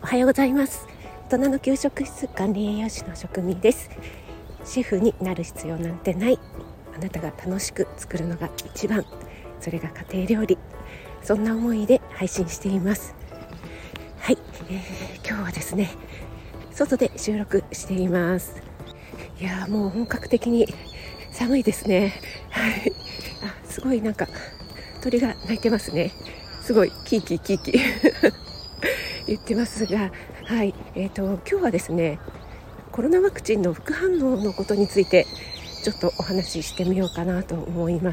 おはようございます。大人の給食室管理栄養士の職味です。シェフになる必要なんてない。あなたが楽しく作るのが一番。それが家庭料理。そんな思いで配信しています。はい、今日はですね、外で収録しています。いやもう本格的に寒いですね。はい、すごいなんか鳥が鳴いてますね。すごいキーキーキーキー言ってますが、はい、今日はですね、コロナワクチンの副反応のことについてちょっとお話ししてみようかなと思います。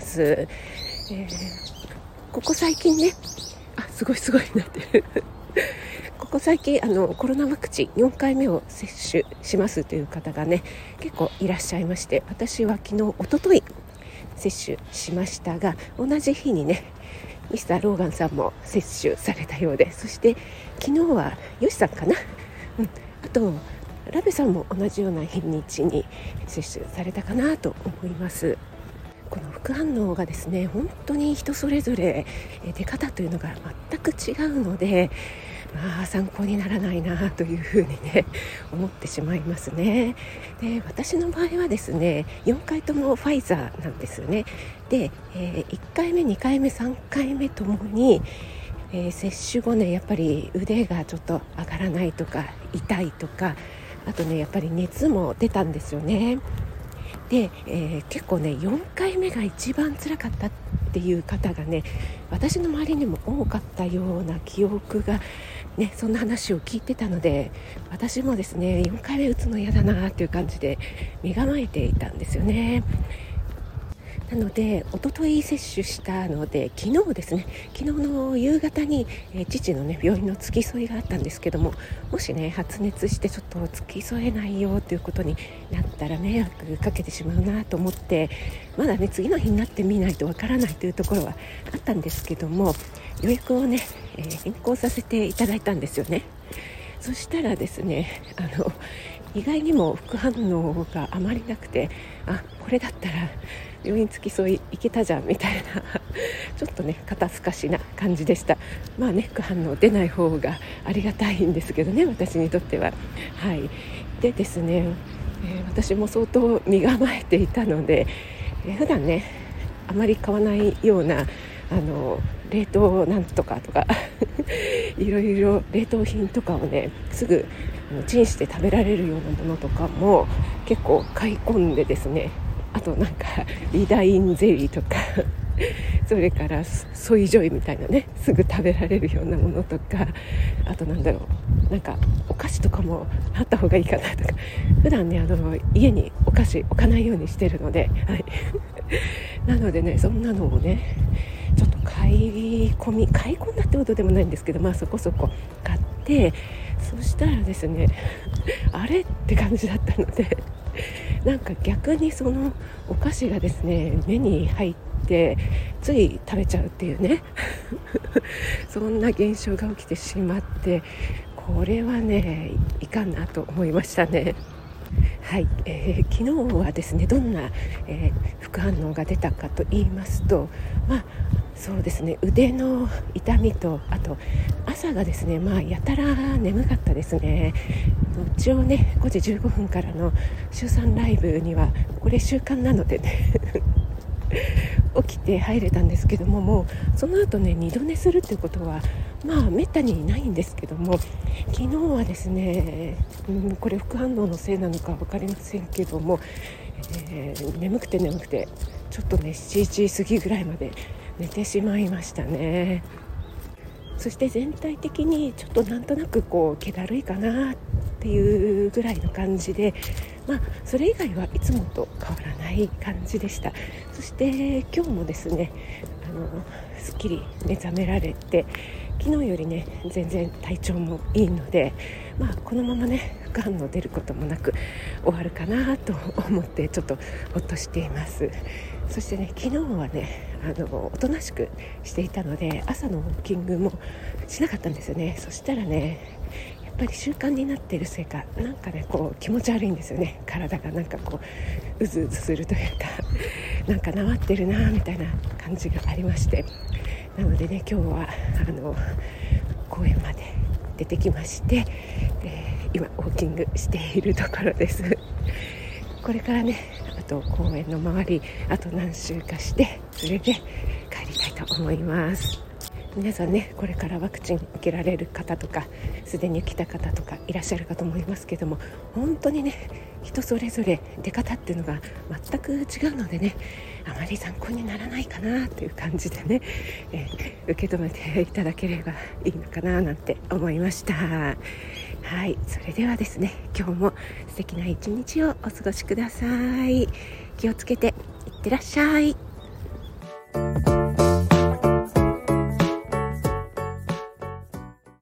ここ最近ね、すごいなってるここ最近コロナワクチン4回目を接種しますという方がね結構いらっしゃいまして、私は昨日一昨日接種しましたが、同じ日にねミスターローガンさんも接種されたようで、そして昨日はヨシさんかな、あとラベさんも同じような日にちに接種されたかなと思います。この副反応がですね、本当に人それぞれ出方というのが全く違うので、参考にならないなというふうにね思ってしまいますね。で、私の場合はですね、4回ともファイザーなんですよね。で、1回目2回目3回目ともに、接種後ねやっぱり腕がちょっと上がらないとか痛いとか、あとねやっぱり熱も出たんですよね。で、結構ね4回目が一番辛かったっていう方がね、私の周りにも多かったような記憶がね、そんな話を聞いてたので、私もですね4回目打つの嫌だなっていう感じで身構えていたんですよね。なので一昨日接種したので、昨日ですね、昨日の夕方に、父のね病院の付き添いがあったんですけども、もしね発熱してちょっと付き添えないよということになったら迷惑かけてしまうなと思って、まだね次の日になってみないとわからないというところはあったんですけども、予約をね、変更させていただいたんですよね。そしたらですね、意外にも副反応があまりなくて、これだったら病院付き添い行けたじゃんみたいなちょっとね肩透かしな感じでした。副反応出ない方がありがたいんですけどね、私にとっては。はい。でですね、私も相当身構えていたので、普段ねあまり買わないような冷凍なんとかとかいろいろ冷凍品とかをねすぐチンして食べられるようなものとかも結構買い込んでですね、あとなんかリダインゼリーとかそれからソイジョイみたいなねすぐ食べられるようなものとか、あとなんかお菓子とかもあった方がいいかなとか、普段ね家にお菓子置かないようにしてるので、はいなのでねそんなのをねちょっと買い込んだってことでもないんですけど、そこそこ買って、そしたらですねあれって感じだったので、なんか逆にそのお菓子がですね目に入ってつい食べちゃうっていうねそんな現象が起きてしまって、これはねいかんなと思いましたね。はい、昨日はですねどんな、副反応が出たかと言いますと、そうですね、腕の痛みと、あと朝がですねやたら眠かったですね。一応ね5時15分からの週3ライブにはこれ習慣なのでね起きて入れたんですけども、もうその後ね二度寝するっていうことはめったにないんですけども、昨日はですね、これ副反応のせいなのか分かりませんけども、眠くてちょっとね7時過ぎぐらいまで寝てしまいましたね。そして全体的にちょっとなんとなく気だるいかなっていうぐらいの感じで、それ以外はいつもと変わらない感じでした。そして今日もですねすっきり目覚められて、昨日よりね全然体調もいいので、このままね副反応出ることもなく終わるかなと思ってちょっとほっとしています。そしてね昨日はねおとなしくしていたので朝のウォーキングもしなかったんですよね。そしたらねやっぱり習慣になっているせいか、なんかね気持ち悪いんですよね。体がなんかうずうずするというかなんかなまってるなみたいな感じがありまして、なのでね今日は公園まで出てきまして、今ウォーキングしているところです。これからね、あと公園の周りあと何周かして、それで帰りたいと思います。皆さんね、これからワクチン受けられる方とかすでに来た方とかいらっしゃるかと思いますけども、本当にね、人それぞれ出方っていうのが全く違うのでね、あまり参考にならないかなという感じでね、受け止めていただければいいのかななんて思いました。はい、それではですね、今日も素敵な一日をお過ごしください。気をつけていってらっしゃい。